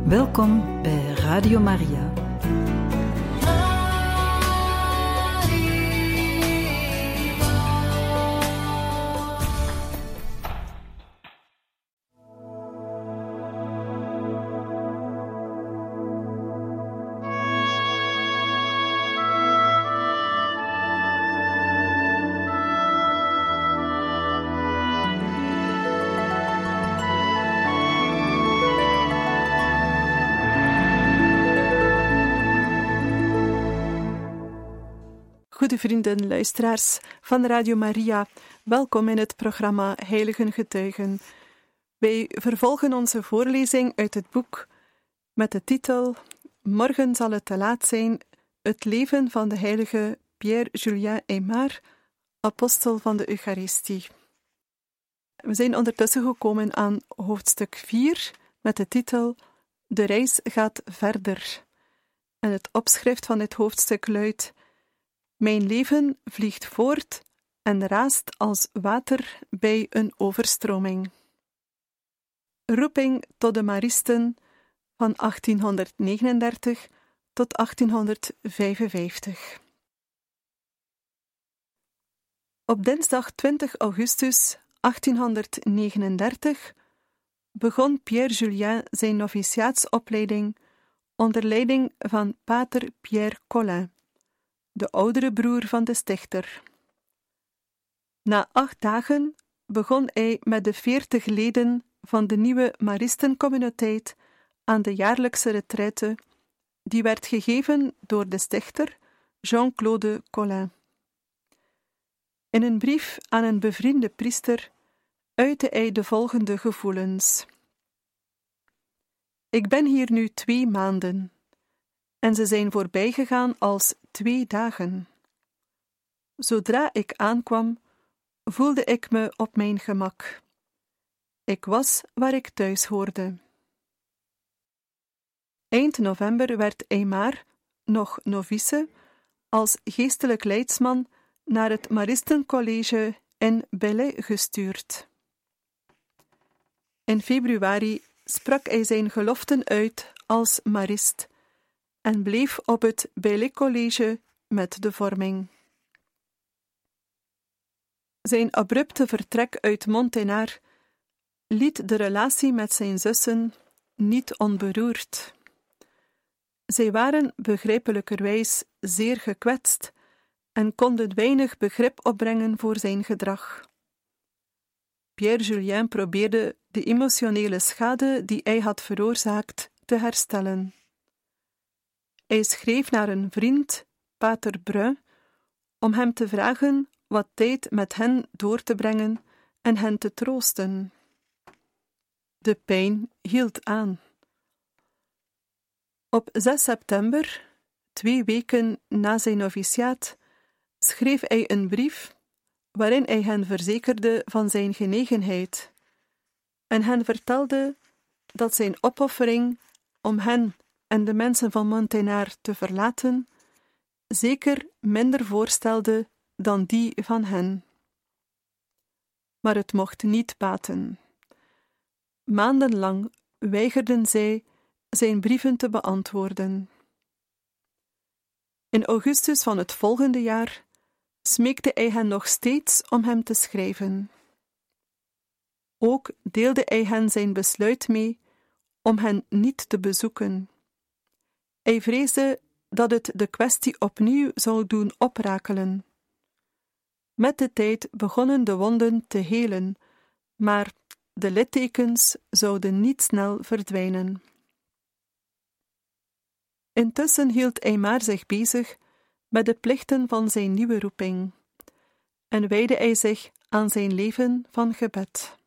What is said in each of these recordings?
Welkom bij Radio Maria. Goede vrienden, luisteraars van Radio Maria, welkom in het programma Heiligen Getuigen. Wij vervolgen onze voorlezing uit het boek met de titel Morgen zal het te laat zijn, het leven van de heilige Pierre-Julien Aymar, apostel van de Eucharistie. We zijn ondertussen gekomen aan hoofdstuk 4 met de titel De reis gaat verder. En het opschrift van dit hoofdstuk luidt: Mijn leven vliegt voort en raast als water bij een overstroming. Roeping tot de Maristen van 1839 tot 1855. Op dinsdag 20 augustus 1839 begon Pierre-Julien zijn noviciaatsopleiding onder leiding van pater Pierre Collin, de oudere broer van de stichter. Na 8 dagen begon hij met de 40 leden van de nieuwe Maristencommuniteit aan de jaarlijkse retraite, die werd gegeven door de stichter Jean-Claude Collin. In een brief aan een bevriende priester uitte hij de volgende gevoelens: Ik ben hier nu 2 maanden. En ze zijn voorbijgegaan als 2 dagen. Zodra ik aankwam, voelde ik me op mijn gemak. Ik was waar ik thuis hoorde. Eind november werd Aymar, nog novice, als geestelijk leidsman naar het Maristencollege in Belley gestuurd. In februari sprak hij zijn geloften uit als marist en bleef op het Belley College met de vorming. Zijn abrupte vertrek uit Monteynard liet de relatie met zijn zussen niet onberoerd. Zij waren begrijpelijkerwijs zeer gekwetst en konden weinig begrip opbrengen voor zijn gedrag. Pierre-Julien probeerde de emotionele schade die hij had veroorzaakt te herstellen. Hij schreef naar een vriend, pater Brun, om hem te vragen wat tijd met hen door te brengen en hen te troosten. De pijn hield aan. Op 6 september, 2 weken na zijn noviciaat, schreef hij een brief waarin hij hen verzekerde van zijn genegenheid en hen vertelde dat zijn opoffering om hen en de mensen van Monteynard te verlaten zeker minder voorstelde dan die van hen. Maar het mocht niet baten. Maandenlang weigerden zij zijn brieven te beantwoorden. In augustus van het volgende jaar smeekte hij hen nog steeds om hem te schrijven. Ook deelde hij hen zijn besluit mee om hen niet te bezoeken. Hij vreesde dat het de kwestie opnieuw zou doen oprakelen. Met de tijd begonnen de wonden te helen, maar de littekens zouden niet snel verdwijnen. Intussen hield Aymar zich bezig met de plichten van zijn nieuwe roeping en wijdde hij zich aan zijn leven van gebed.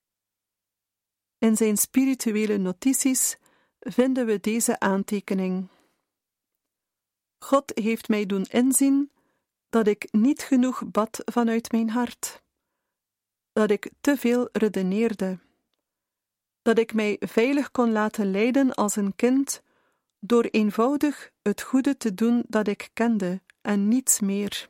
In zijn spirituele notities vinden we deze aantekening: God heeft mij doen inzien dat ik niet genoeg bad vanuit mijn hart, dat ik te veel redeneerde, dat ik mij veilig kon laten leiden als een kind door eenvoudig het goede te doen dat ik kende en niets meer.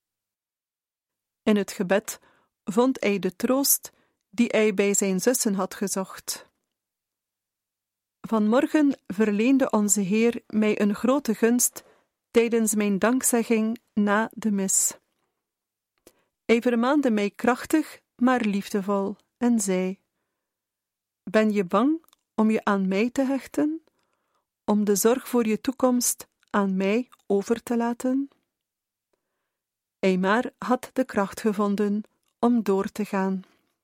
In het gebed vond hij de troost die hij bij zijn zussen had gezocht. Vanmorgen verleende onze Heer mij een grote gunst tijdens mijn dankzegging na de mis. Hij vermaande mij krachtig, maar liefdevol, en zei: Ben je bang om je aan mij te hechten, om de zorg voor je toekomst aan mij over te laten? Eymar had de kracht gevonden om door te gaan.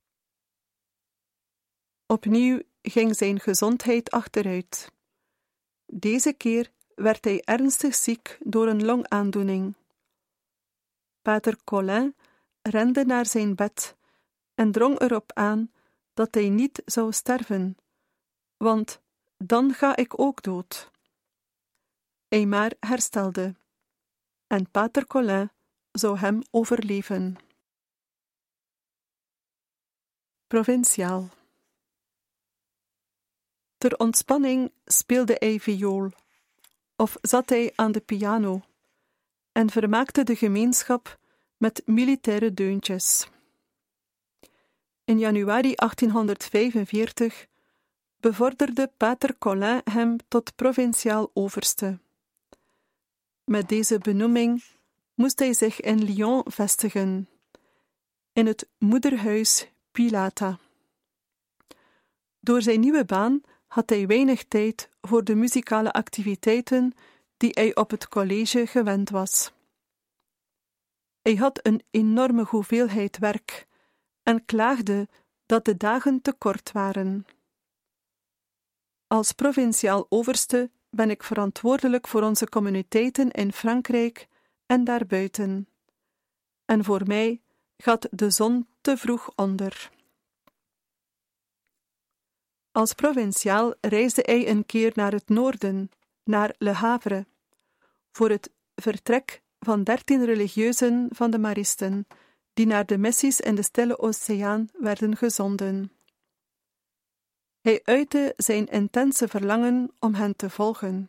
Opnieuw ging zijn gezondheid achteruit. Deze keer werd hij ernstig ziek door een longaandoening. Pater Colin rende naar zijn bed en drong erop aan dat hij niet zou sterven, want dan ga ik ook dood. Eymar herstelde, en Pater Colin zou hem overleven. Provinciaal. Ter ontspanning speelde hij viool, of zat hij aan de piano, en vermaakte de gemeenschap met militaire deuntjes. In januari 1845 bevorderde Pater Colin hem tot provinciaal overste. Met deze benoeming moest hij zich in Lyon vestigen, in het moederhuis Pilata. Door zijn nieuwe baan had hij weinig tijd voor de muzikale activiteiten die hij op het college gewend was. Hij had een enorme hoeveelheid werk en klaagde dat de dagen te kort waren. Als provinciaal overste ben ik verantwoordelijk voor onze communiteiten in Frankrijk en daarbuiten. En voor mij gaat de zon te vroeg onder. Als provinciaal reisde hij een keer naar het noorden, naar Le Havre, voor het vertrek van 13 religieuzen van de Maristen, die naar de missies in de Stille Oceaan werden gezonden. Hij uitte zijn intense verlangen om hen te volgen.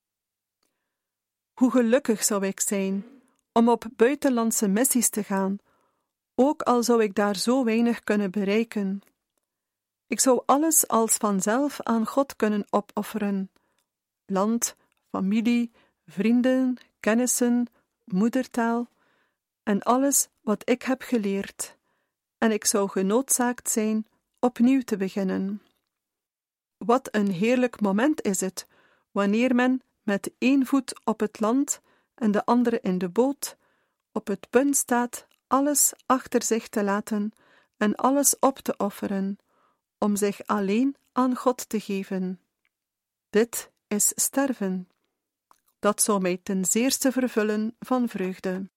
Hoe gelukkig zou ik zijn om op buitenlandse missies te gaan, ook al zou ik daar zo weinig kunnen bereiken. Ik zou alles als vanzelf aan God kunnen opofferen: land, familie, vrienden, kennissen, moedertaal en alles wat ik heb geleerd, en ik zou genoodzaakt zijn opnieuw te beginnen. Wat een heerlijk moment is het, wanneer men met 1 voet op het land en de andere in de boot op het punt staat alles achter zich te laten en alles op te offeren, om zich alleen aan God te geven. Dit is sterven. Dat zou mij ten zeerste vervullen van vreugde.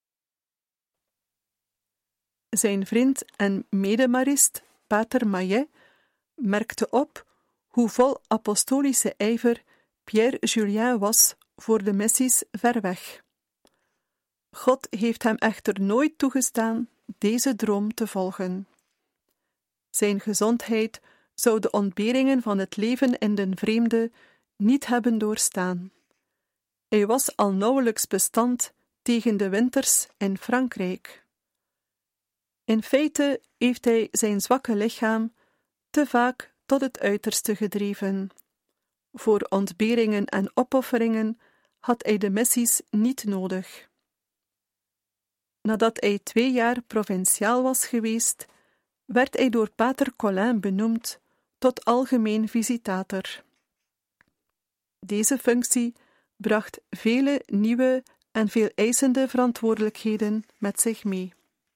Zijn vriend en medemarist, Pater Maillet, merkte op hoe vol apostolische ijver Pierre Julien was voor de missies ver weg. God heeft hem echter nooit toegestaan deze droom te volgen. Zijn gezondheid zou de ontberingen van het leven in den vreemde niet hebben doorstaan. Hij was al nauwelijks bestand tegen de winters in Frankrijk. In feite heeft hij zijn zwakke lichaam te vaak tot het uiterste gedreven. Voor ontberingen en opofferingen had hij de missies niet nodig. Nadat hij 2 jaar provinciaal was geweest, werd hij door Pater Colin benoemd tot algemeen visitator. Deze functie bracht vele nieuwe en veel eisende verantwoordelijkheden met zich mee.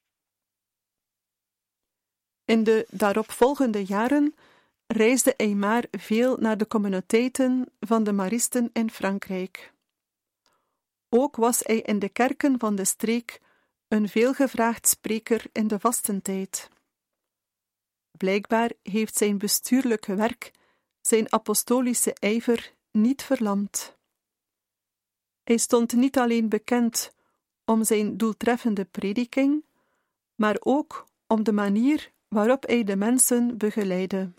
In de daaropvolgende jaren reisde Eymar veel naar de communiteiten van de Maristen in Frankrijk. Ook was hij in de kerken van de streek een veelgevraagd spreker in de vastentijd. Blijkbaar heeft zijn bestuurlijke werk zijn apostolische ijver niet verlamd. Hij stond niet alleen bekend om zijn doeltreffende prediking, maar ook om de manier waarop hij de mensen begeleidde.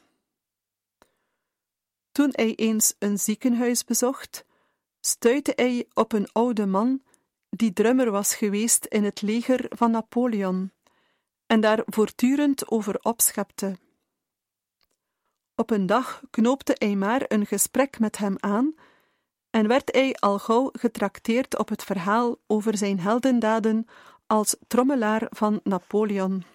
Toen hij eens een ziekenhuis bezocht, stuitte hij op een oude man die drummer was geweest in het leger van Napoleon en daar voortdurend over opschepte. Op een dag knoopte Aymar een gesprek met hem aan en werd hij al gauw getrakteerd op het verhaal over zijn heldendaden als trommelaar van Napoleon.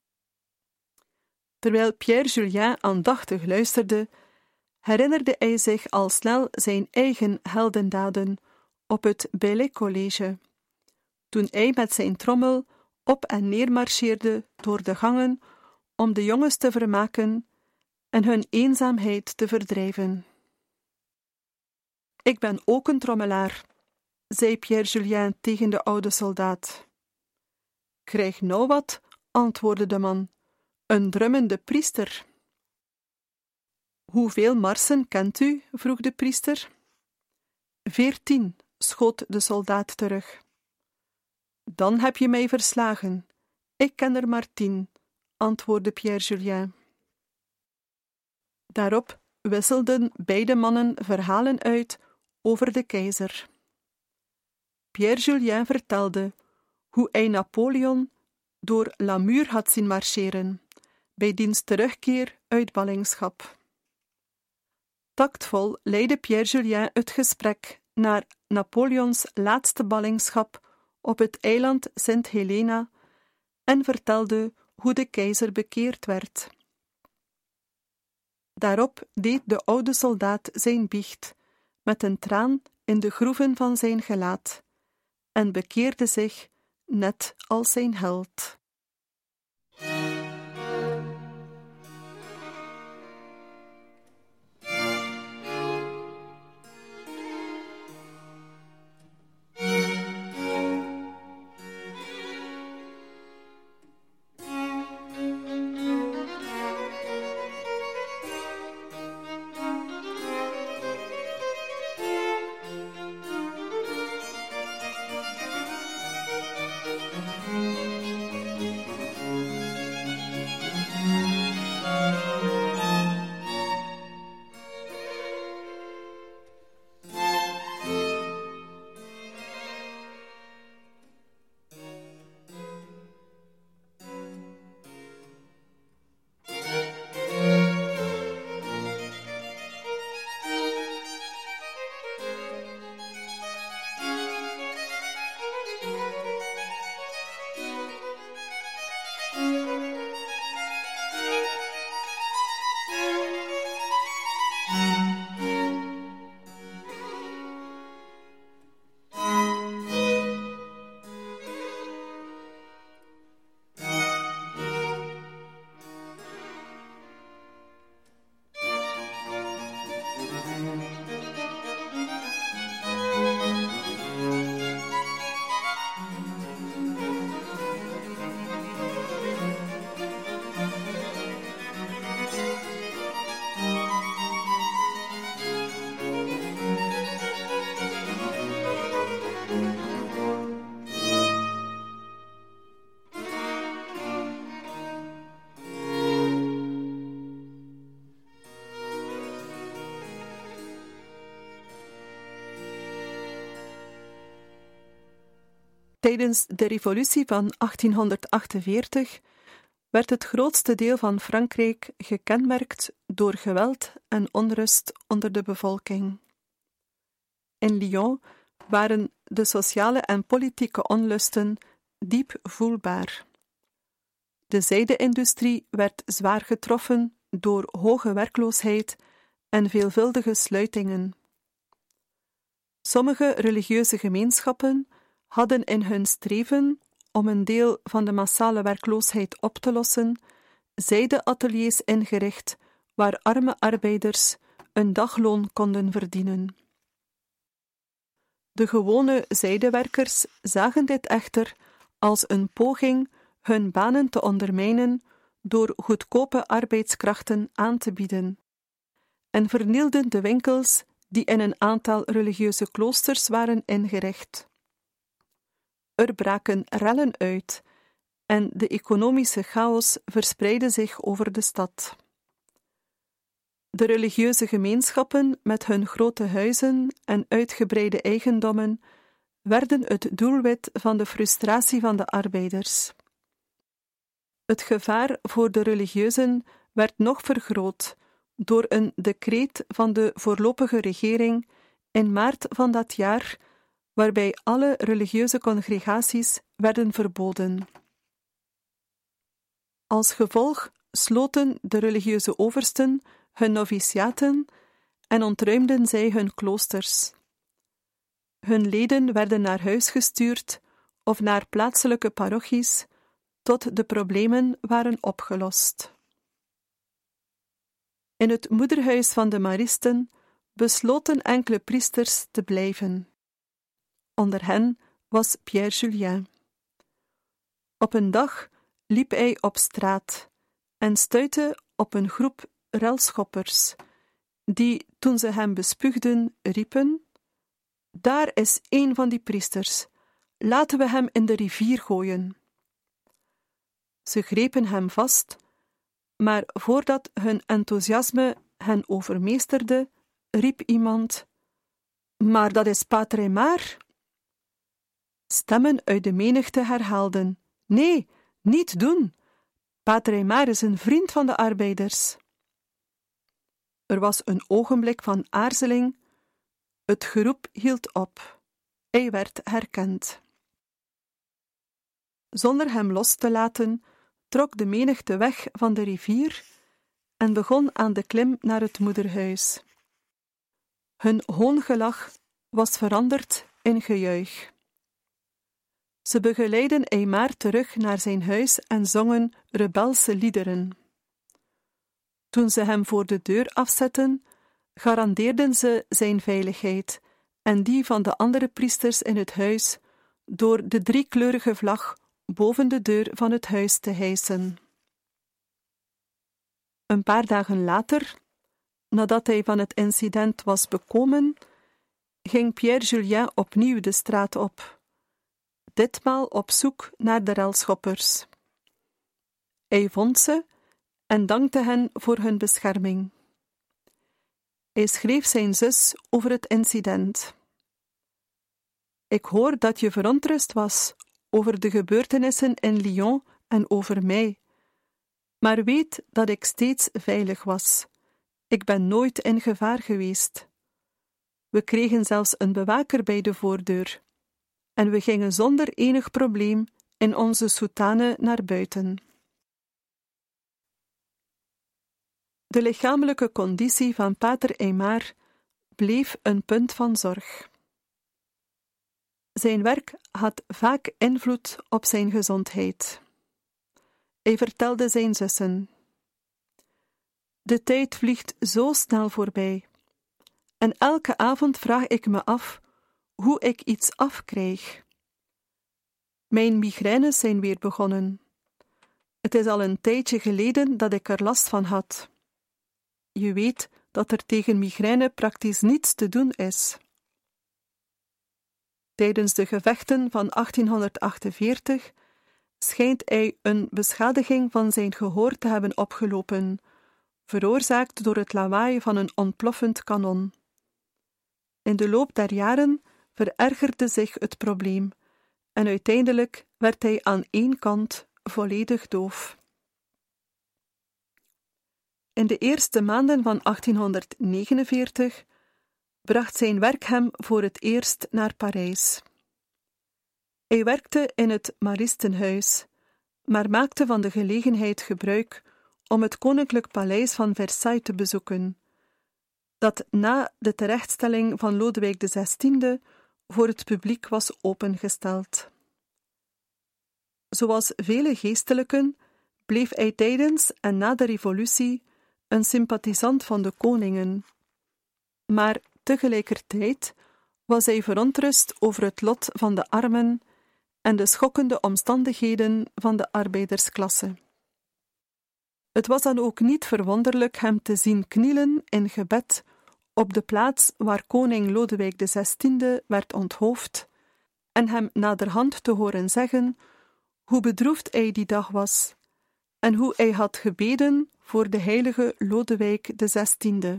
Terwijl Pierre Julien aandachtig luisterde, herinnerde hij zich al snel zijn eigen heldendaden op het Baillet College, toen hij met zijn trommel op en neer marcheerde door de gangen om de jongens te vermaken en hun eenzaamheid te verdrijven. Ik ben ook een trommelaar, zei Pierre Julien tegen de oude soldaat. Krijg nou wat, antwoordde de man, een drummende priester. Hoeveel marsen kent u? Vroeg de priester. 14, schoot de soldaat terug. Dan heb je mij verslagen. Ik ken er maar 10, antwoordde Pierre Julien. Daarop wisselden beide mannen verhalen uit over de keizer. Pierre Julien vertelde hoe hij Napoleon door Namur had zien marcheren, bij diens terugkeer uit ballingschap. Tactvol leidde Pierre Julien het gesprek naar Napoleons laatste ballingschap op het eiland Sint Helena en vertelde hoe de keizer bekeerd werd. Daarop deed de oude soldaat zijn biecht, met een traan in de groeven van zijn gelaat, en bekeerde zich net als zijn held. Tijdens de revolutie van 1848 werd het grootste deel van Frankrijk gekenmerkt door geweld en onrust onder de bevolking. In Lyon waren de sociale en politieke onlusten diep voelbaar. De zijde-industrie werd zwaar getroffen door hoge werkloosheid en veelvuldige sluitingen. Sommige religieuze gemeenschappen hadden in hun streven om een deel van de massale werkloosheid op te lossen, zijde-ateliers ingericht waar arme arbeiders een dagloon konden verdienen. De gewone zijdewerkers zagen dit echter als een poging hun banen te ondermijnen door goedkope arbeidskrachten aan te bieden, en vernielden de winkels die in een aantal religieuze kloosters waren ingericht. Er braken rellen uit en de economische chaos verspreidde zich over de stad. De religieuze gemeenschappen met hun grote huizen en uitgebreide eigendommen werden het doelwit van de frustratie van de arbeiders. Het gevaar voor de religieuzen werd nog vergroot door een decreet van de voorlopige regering in maart van dat jaar, waarbij alle religieuze congregaties werden verboden. Als gevolg sloten de religieuze oversten hun noviciaten en ontruimden zij hun kloosters. Hun leden werden naar huis gestuurd of naar plaatselijke parochies tot de problemen waren opgelost. In het moederhuis van de Maristen besloten enkele priesters te blijven. Onder hen was Pierre Julien. Op een dag liep hij op straat en stuitte op een groep relschoppers, die, toen ze hem bespuugden, riepen: "Daar is een van die priesters, laten we hem in de rivier gooien." Ze grepen hem vast, maar voordat hun enthousiasme hen overmeesterde, riep iemand: "Maar dat is Pater Aymar." Stemmen uit de menigte herhaalden: "Nee, niet doen. Pater Aymar is een vriend van de arbeiders." Er was een ogenblik van aarzeling. Het geroep hield op. Hij werd herkend. Zonder hem los te laten, trok de menigte weg van de rivier en begon aan de klim naar het moederhuis. Hun hoongelach was veranderd in gejuich. Ze begeleidden Aymar terug naar zijn huis en zongen rebelse liederen. Toen ze hem voor de deur afzetten, garandeerden ze zijn veiligheid en die van de andere priesters in het huis door de driekleurige vlag boven de deur van het huis te hijsen. Een paar dagen later, nadat hij van het incident was bekomen, ging Pierre Julien opnieuw de straat op, ditmaal op zoek naar de relschoppers. Hij vond ze en dankte hen voor hun bescherming. Hij schreef zijn zus over het incident. "Ik hoor dat je verontrust was over de gebeurtenissen in Lyon en over mij, maar weet dat ik steeds veilig was. Ik ben nooit in gevaar geweest. We kregen zelfs een bewaker bij de voordeur en we gingen zonder enig probleem in onze soutane naar buiten." De lichamelijke conditie van Pater Aymar bleef een punt van zorg. Zijn werk had vaak invloed op zijn gezondheid. Hij vertelde zijn zussen: "De tijd vliegt zo snel voorbij, en elke avond vraag ik me af hoe ik iets afkrijg. Mijn migraines zijn weer begonnen. Het is al een tijdje geleden dat ik er last van had. Je weet dat er tegen migraine praktisch niets te doen is." Tijdens de gevechten van 1848 schijnt hij een beschadiging van zijn gehoor te hebben opgelopen, veroorzaakt door het lawaai van een ontploffend kanon. In de loop der jaren verergerde zich het probleem en uiteindelijk werd hij aan één kant volledig doof. In de eerste maanden van 1849 bracht zijn werk hem voor het eerst naar Parijs. Hij werkte in het Maristenhuis, maar maakte van de gelegenheid gebruik om het Koninklijk Paleis van Versailles te bezoeken, dat na de terechtstelling van Lodewijk XVI voor het publiek was opengesteld. Zoals vele geestelijken bleef hij tijdens en na de revolutie een sympathisant van de koningen, maar tegelijkertijd was hij verontrust over het lot van de armen en de schokkende omstandigheden van de arbeidersklasse. Het was dan ook niet verwonderlijk hem te zien knielen in gebed op de plaats waar koning Lodewijk XVI werd onthoofd en hem naderhand te horen zeggen hoe bedroefd hij die dag was en hoe hij had gebeden voor de heilige Lodewijk XVI.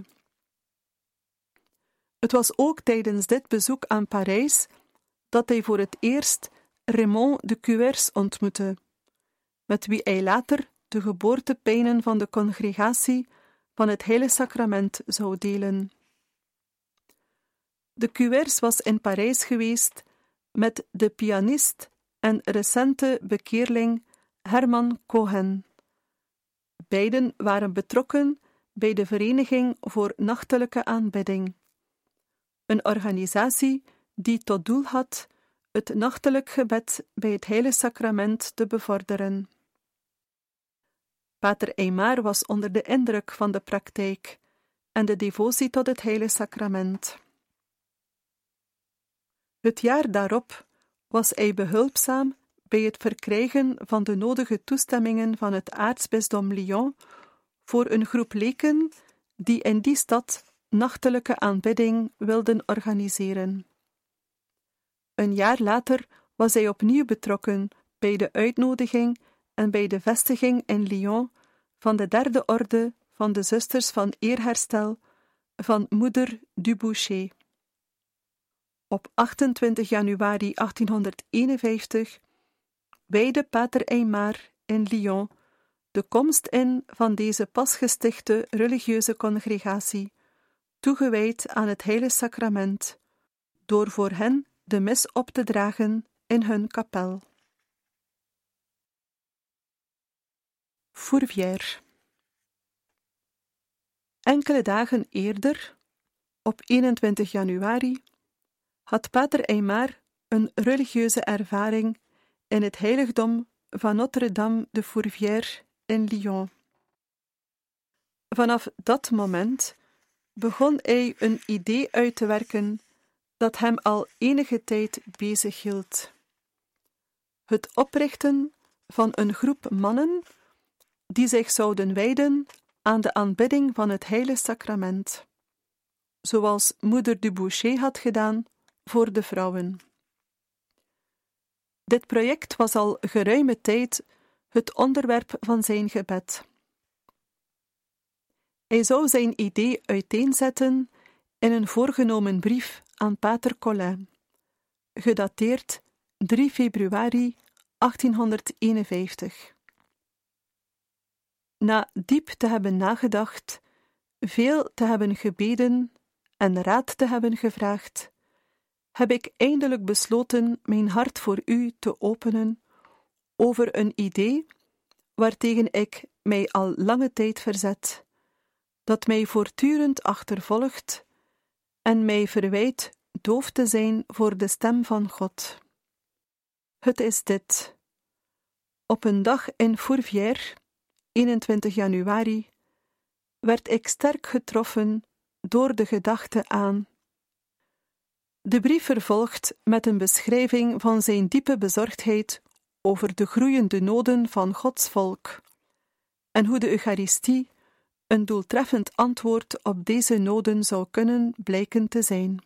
Het was ook tijdens dit bezoek aan Parijs dat hij voor het eerst Raymond de Cuers ontmoette, met wie hij later de geboortepijnen van de congregatie van het Heilige Sacrament zou delen. De Cuers was in Parijs geweest met de pianist en recente bekeerling Herman Cohen. Beiden waren betrokken bij de Vereniging voor Nachtelijke Aanbidding, een organisatie die tot doel had het nachtelijk gebed bij het Heilige Sacrament te bevorderen. Pater Aymar was onder de indruk van de praktijk en de devotie tot het Heilige Sacrament. Het jaar daarop was hij behulpzaam bij het verkrijgen van de nodige toestemmingen van het aartsbisdom Lyon voor een groep leken die in die stad nachtelijke aanbidding wilden organiseren. Een jaar later was hij opnieuw betrokken bij de uitnodiging en bij de vestiging in Lyon van de derde orde van de Zusters van Eerherstel van Moeder Dubouché. Op 28 januari 1851 wijdde Pater Aymar in Lyon de komst in van deze pas gestichte religieuze congregatie, toegewijd aan het Heilige Sacrament, door voor hen de mis op te dragen in hun kapel. Fourvière. Enkele dagen eerder, op 21 januari, had Pater Aymar een religieuze ervaring in het heiligdom van Notre-Dame de Fourvière in Lyon. Vanaf dat moment begon hij een idee uit te werken dat hem al enige tijd bezighield. Het oprichten van een groep mannen die zich zouden wijden aan de aanbidding van het Heilige Sacrament, zoals Moeder Dubouché had gedaan voor de vrouwen. Dit project was al geruime tijd het onderwerp van zijn gebed. Hij zou zijn idee uiteenzetten in een voorgenomen brief aan Pater Colin, gedateerd 3 februari 1851. Na diep te hebben nagedacht, veel te hebben gebeden en raad te hebben gevraagd, heb ik eindelijk besloten mijn hart voor u te openen over een idee waartegen ik mij al lange tijd verzet, dat mij voortdurend achtervolgt en mij verwijt doof te zijn voor de stem van God. Het is dit. Op een dag in Fourvière, 21 januari, werd ik sterk getroffen door de gedachte aan. De brief vervolgt met een beschrijving van zijn diepe bezorgdheid over de groeiende noden van Gods volk en hoe de Eucharistie een doeltreffend antwoord op deze noden zou kunnen blijken te zijn.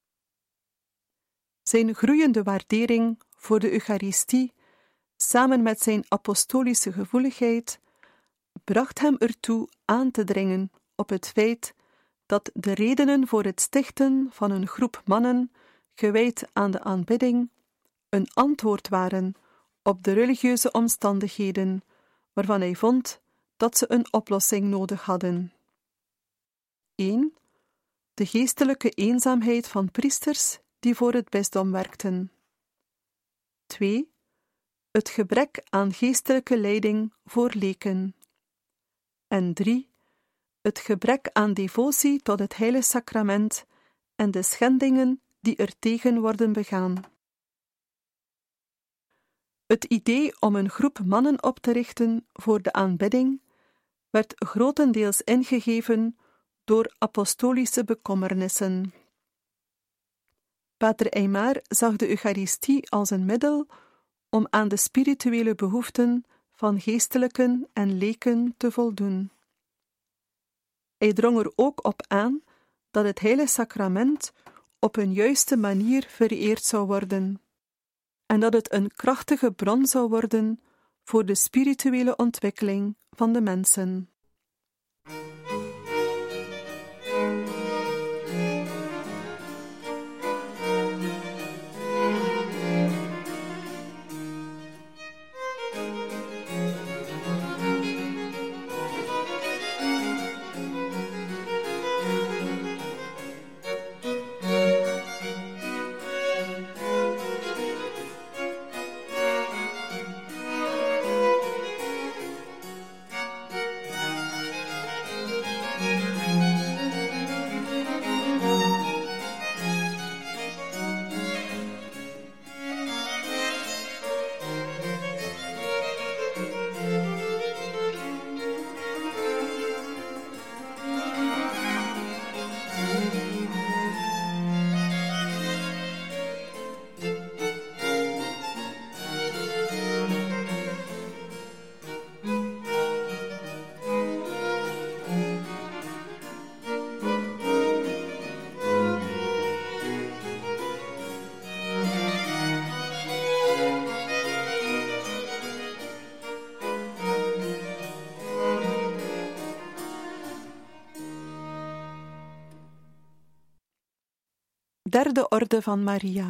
Zijn groeiende waardering voor de Eucharistie, samen met zijn apostolische gevoeligheid, bracht hem ertoe aan te dringen op het feit dat de redenen voor het stichten van een groep mannen gewijd aan de aanbidding een antwoord waren op de religieuze omstandigheden waarvan hij vond dat ze een oplossing nodig hadden. 1. De geestelijke eenzaamheid van priesters die voor het bisdom werkten. 2. Het gebrek aan geestelijke leiding voor leken. En 3. Het gebrek aan devotie tot het Heilige Sacrament en de schendingen die er tegen worden begaan. Het idee om een groep mannen op te richten voor de aanbidding werd grotendeels ingegeven door apostolische bekommernissen. Pater Aymar zag de Eucharistie als een middel om aan de spirituele behoeften van geestelijken en leken te voldoen. Hij drong er ook op aan dat het Heilige Sacrament op een juiste manier vereerd zou worden en dat het een krachtige bron zou worden voor de spirituele ontwikkeling van de mensen. Derde Orde van Maria.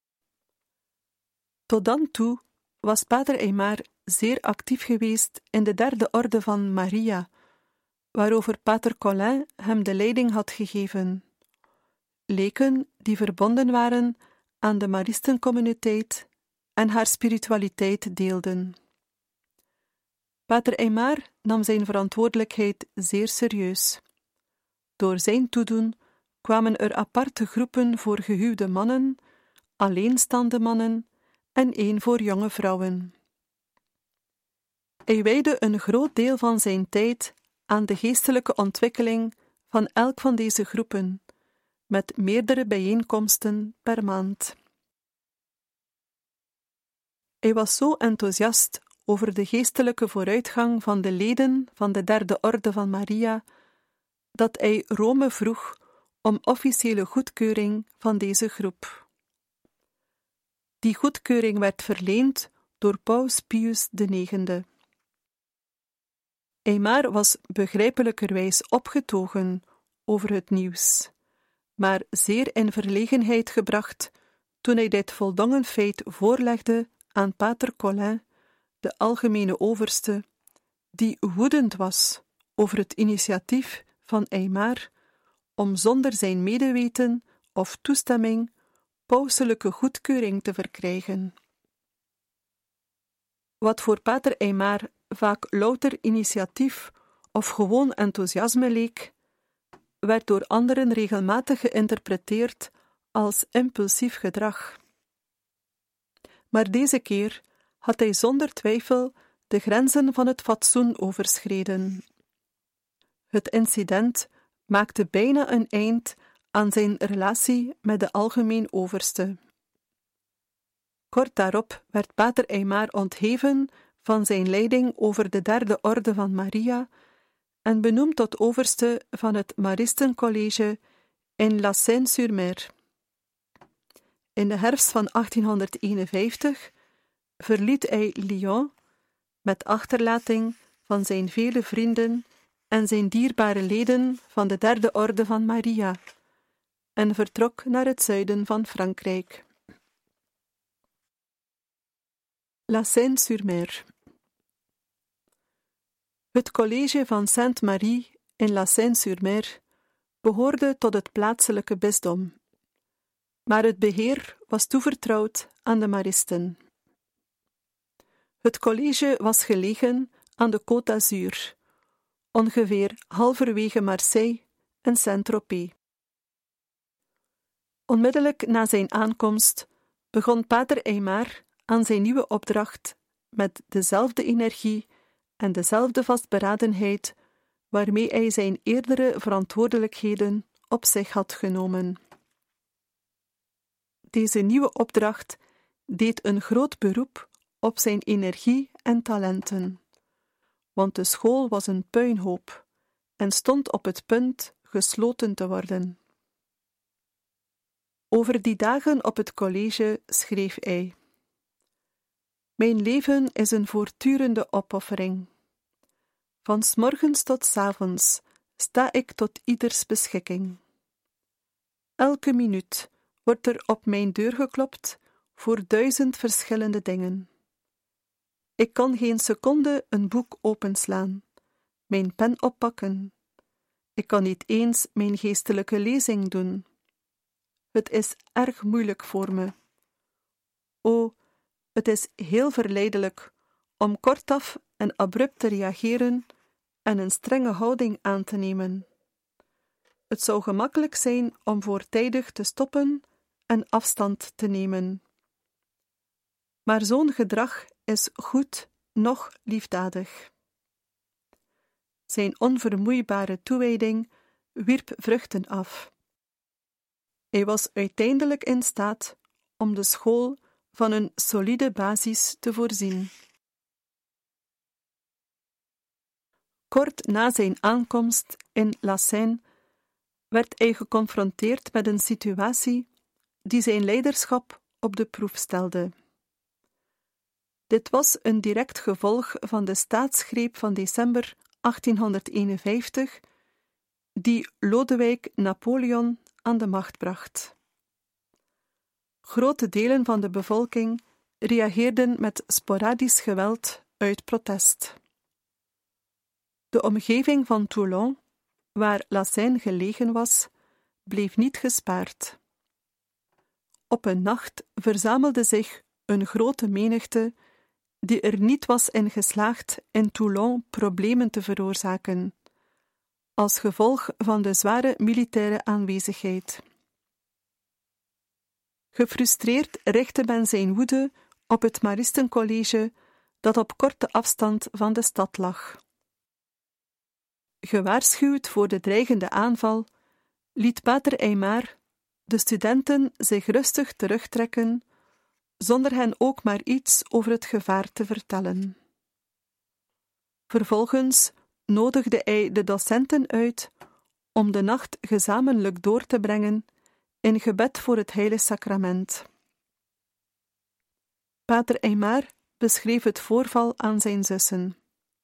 Tot dan toe was Pater Aymar zeer actief geweest in de Derde Orde van Maria, waarover Pater Colin hem de leiding had gegeven. Leken die verbonden waren aan de Maristencommuniteit en haar spiritualiteit deelden. Pater Aymar nam zijn verantwoordelijkheid zeer serieus. Door zijn toedoen kwamen er aparte groepen voor gehuwde mannen, alleenstaande mannen en één voor jonge vrouwen. Hij wijdde een groot deel van zijn tijd aan de geestelijke ontwikkeling van elk van deze groepen, met meerdere bijeenkomsten per maand. Hij was zo enthousiast over de geestelijke vooruitgang van de leden van de Derde Orde van Maria, dat hij Rome vroeg om officiële goedkeuring van deze groep. Die goedkeuring werd verleend door Paus Pius IX. Aymar was begrijpelijkerwijs opgetogen over het nieuws, maar zeer in verlegenheid gebracht toen hij dit voldongen feit voorlegde aan Pater Colin, de algemene overste, die woedend was over het initiatief van Aymar om zonder zijn medeweten of toestemming pauselijke goedkeuring te verkrijgen. Wat voor Pater Aymar vaak louter initiatief of gewoon enthousiasme leek, werd door anderen regelmatig geïnterpreteerd als impulsief gedrag. Maar deze keer had hij zonder twijfel de grenzen van het fatsoen overschreden. Het incident maakte bijna een eind aan zijn relatie met de algemeen overste. Kort daarop werd Pater Aymar ontheven van zijn leiding over de Derde Orde van Maria en benoemd tot overste van het Maristencollege in La Seyne-sur-Mer. In de herfst van 1851 verliet hij Lyon met achterlating van zijn vele vrienden en zijn dierbare leden van de Derde Orde van Maria en vertrok naar het zuiden van Frankrijk. La Seyne-sur-Mer. Het college van Sainte-Marie in La Seyne-sur-Mer behoorde tot het plaatselijke bisdom, maar het beheer was toevertrouwd aan de Maristen. Het college was gelegen aan de Côte d'Azur, ongeveer halverwege Marseille en Saint-Tropez. Onmiddellijk na zijn aankomst begon Pater Aymar aan zijn nieuwe opdracht met dezelfde energie en dezelfde vastberadenheid waarmee hij zijn eerdere verantwoordelijkheden op zich had genomen. Deze nieuwe opdracht deed een groot beroep op zijn energie en talenten, want de school was een puinhoop en stond op het punt gesloten te worden. Over die dagen op het college schreef hij: Mijn leven is een voortdurende opoffering. Van 's morgens tot 's avonds sta ik tot ieders beschikking. Elke minuut wordt er op mijn deur geklopt voor 1000 verschillende dingen. Ik kan geen seconde een boek openslaan, mijn pen oppakken. Ik kan niet eens mijn geestelijke lezing doen. Het is erg moeilijk voor me. O, het is heel verleidelijk om kortaf en abrupt te reageren en een strenge houding aan te nemen. Het zou gemakkelijk zijn om voortijdig te stoppen en afstand te nemen. Maar zo'n gedrag is goed, noch liefdadig. Zijn onvermoeibare toewijding wierp vruchten af. Hij was uiteindelijk in staat om de school van een solide basis te voorzien. Kort na zijn aankomst in La Seyne werd hij geconfronteerd met een situatie die zijn leiderschap op de proef stelde. Dit was een direct gevolg van de staatsgreep van december 1851, die Lodewijk Napoleon aan de macht bracht. Grote delen van de bevolking reageerden met sporadisch geweld uit protest. De omgeving van Toulon, waar La Seine gelegen was, bleef niet gespaard. Op een nacht verzamelde zich een grote menigte die er niet was in geslaagd in Toulon problemen te veroorzaken, als gevolg van de zware militaire aanwezigheid. Gefrustreerd richtte men zijn woede op het Maristencollege dat op korte afstand van de stad lag. Gewaarschuwd voor de dreigende aanval, liet pater Aymar de studenten zich rustig terugtrekken, zonder hen ook maar iets over het gevaar te vertellen. Vervolgens nodigde hij de docenten uit om de nacht gezamenlijk door te brengen in gebed voor het Heilige Sacrament. Pater Aymar beschreef het voorval aan zijn zussen.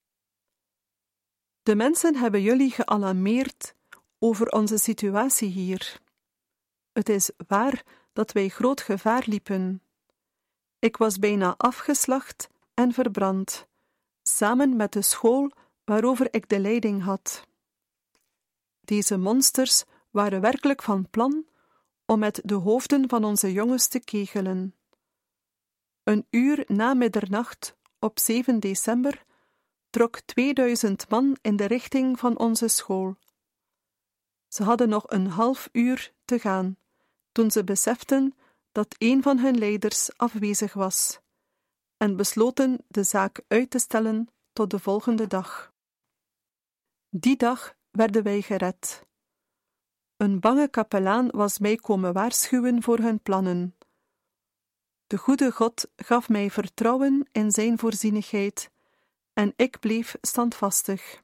De mensen hebben jullie gealarmeerd over onze situatie hier. Het is waar dat wij groot gevaar liepen. Ik was bijna afgeslacht en verbrand, samen met de school waarover ik de leiding had. Deze monsters waren werkelijk van plan om met de hoofden van onze jongens te kegelen. Een uur na middernacht, op 7 december, trok 2000 man in de richting van onze school. Ze hadden nog een half uur te gaan, toen ze beseften dat een van hun leiders afwezig was, en besloten de zaak uit te stellen tot de volgende dag. Die dag werden wij gered. Een bange kapelaan was mij komen waarschuwen voor hun plannen. De goede God gaf mij vertrouwen in zijn voorzienigheid, en ik bleef standvastig.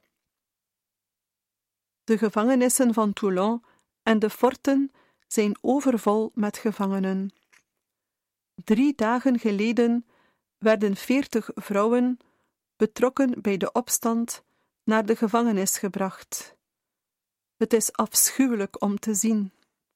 De gevangenissen van Toulon en de forten zijn overvol met gevangenen. 3 dagen geleden werden 40 vrouwen, betrokken bij de opstand, naar de gevangenis gebracht. Het is afschuwelijk om te zien.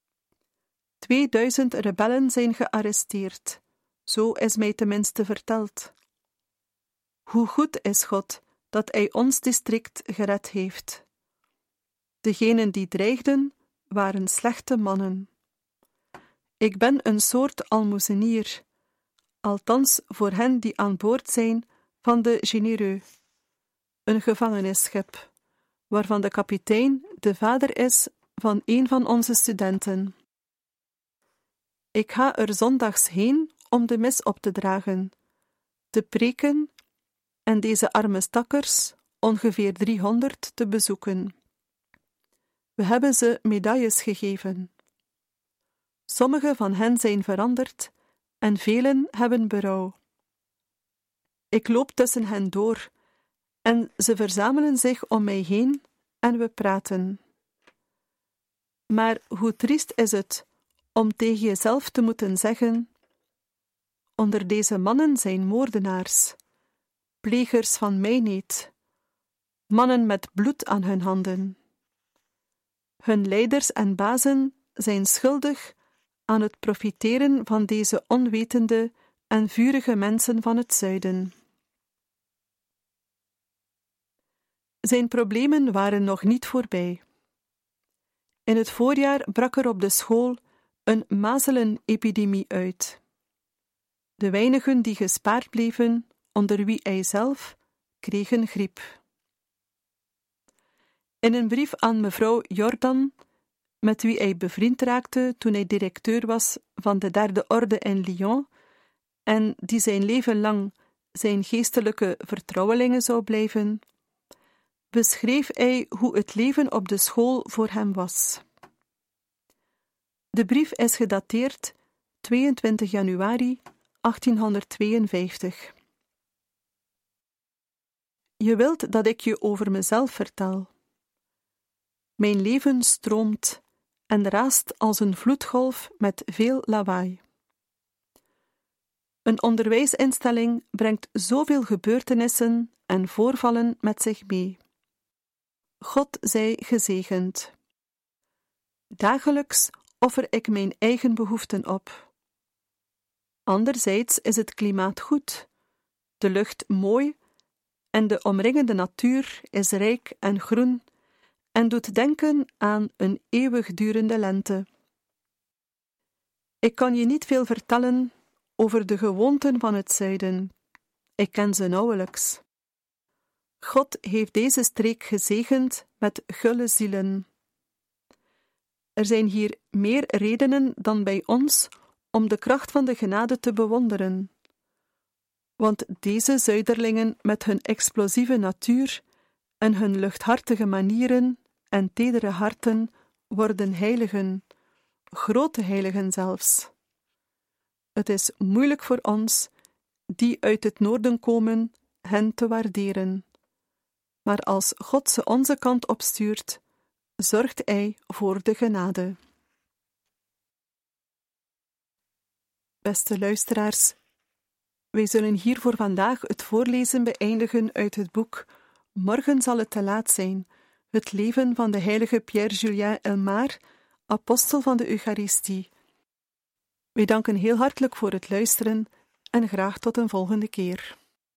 2000 rebellen zijn gearresteerd, zo is mij tenminste verteld. Hoe goed is God dat Hij ons district gered heeft. Degenen die dreigden, waren slechte mannen. Ik ben een soort almoezenier, althans voor hen die aan boord zijn van de Généreux, een gevangenisschip, waarvan de kapitein de vader is van een van onze studenten. Ik ga er zondags heen om de mis op te dragen, te preken en deze arme stakkers, ongeveer 300, te bezoeken. We hebben ze medailles gegeven. Sommige van hen zijn veranderd en velen hebben berouw. Ik loop tussen hen door en ze verzamelen zich om mij heen en we praten. Maar hoe triest is het om tegen jezelf te moeten zeggen: onder deze mannen zijn moordenaars, plegers van mijneed, mannen met bloed aan hun handen. Hun leiders en bazen zijn schuldig aan het profiteren van deze onwetende en vurige mensen van het zuiden. Zijn problemen waren nog niet voorbij. In het voorjaar brak er op de school een mazelenepidemie uit. De weinigen die gespaard bleven, onder wie hij zelf, kregen griep. In een brief aan mevrouw Jordan, met wie hij bevriend raakte toen hij directeur was van de 3e orde in Lyon en die zijn leven lang zijn geestelijke vertrouwelinge zou blijven, beschreef hij hoe het leven op de school voor hem was. De brief is gedateerd 22 januari 1852. Je wilt dat ik je over mezelf vertel. Mijn leven stroomt en raast als een vloedgolf met veel lawaai. Een onderwijsinstelling brengt zoveel gebeurtenissen en voorvallen met zich mee. God zij gezegend. Dagelijks offer ik mijn eigen behoeften op. Anderzijds is het klimaat goed, de lucht mooi en de omringende natuur is rijk en groen en doet denken aan een eeuwigdurende lente. Ik kan je niet veel vertellen over de gewoonten van het zuiden. Ik ken ze nauwelijks. God heeft deze streek gezegend met gulle zielen. Er zijn hier meer redenen dan bij ons om de kracht van de genade te bewonderen. Want deze zuiderlingen met hun explosieve natuur en hun luchthartige manieren en tedere harten worden heiligen, grote heiligen zelfs. Het is moeilijk voor ons, die uit het noorden komen, hen te waarderen. Maar als God ze onze kant opstuurt, zorgt Hij voor de genade. Beste luisteraars, wij zullen hier voor vandaag het voorlezen beëindigen uit het boek Morgen zal het te laat zijn, het leven van de heilige Pierre-Julien Aymar, apostel van de Eucharistie. Wij danken heel hartelijk voor het luisteren en graag tot een volgende keer.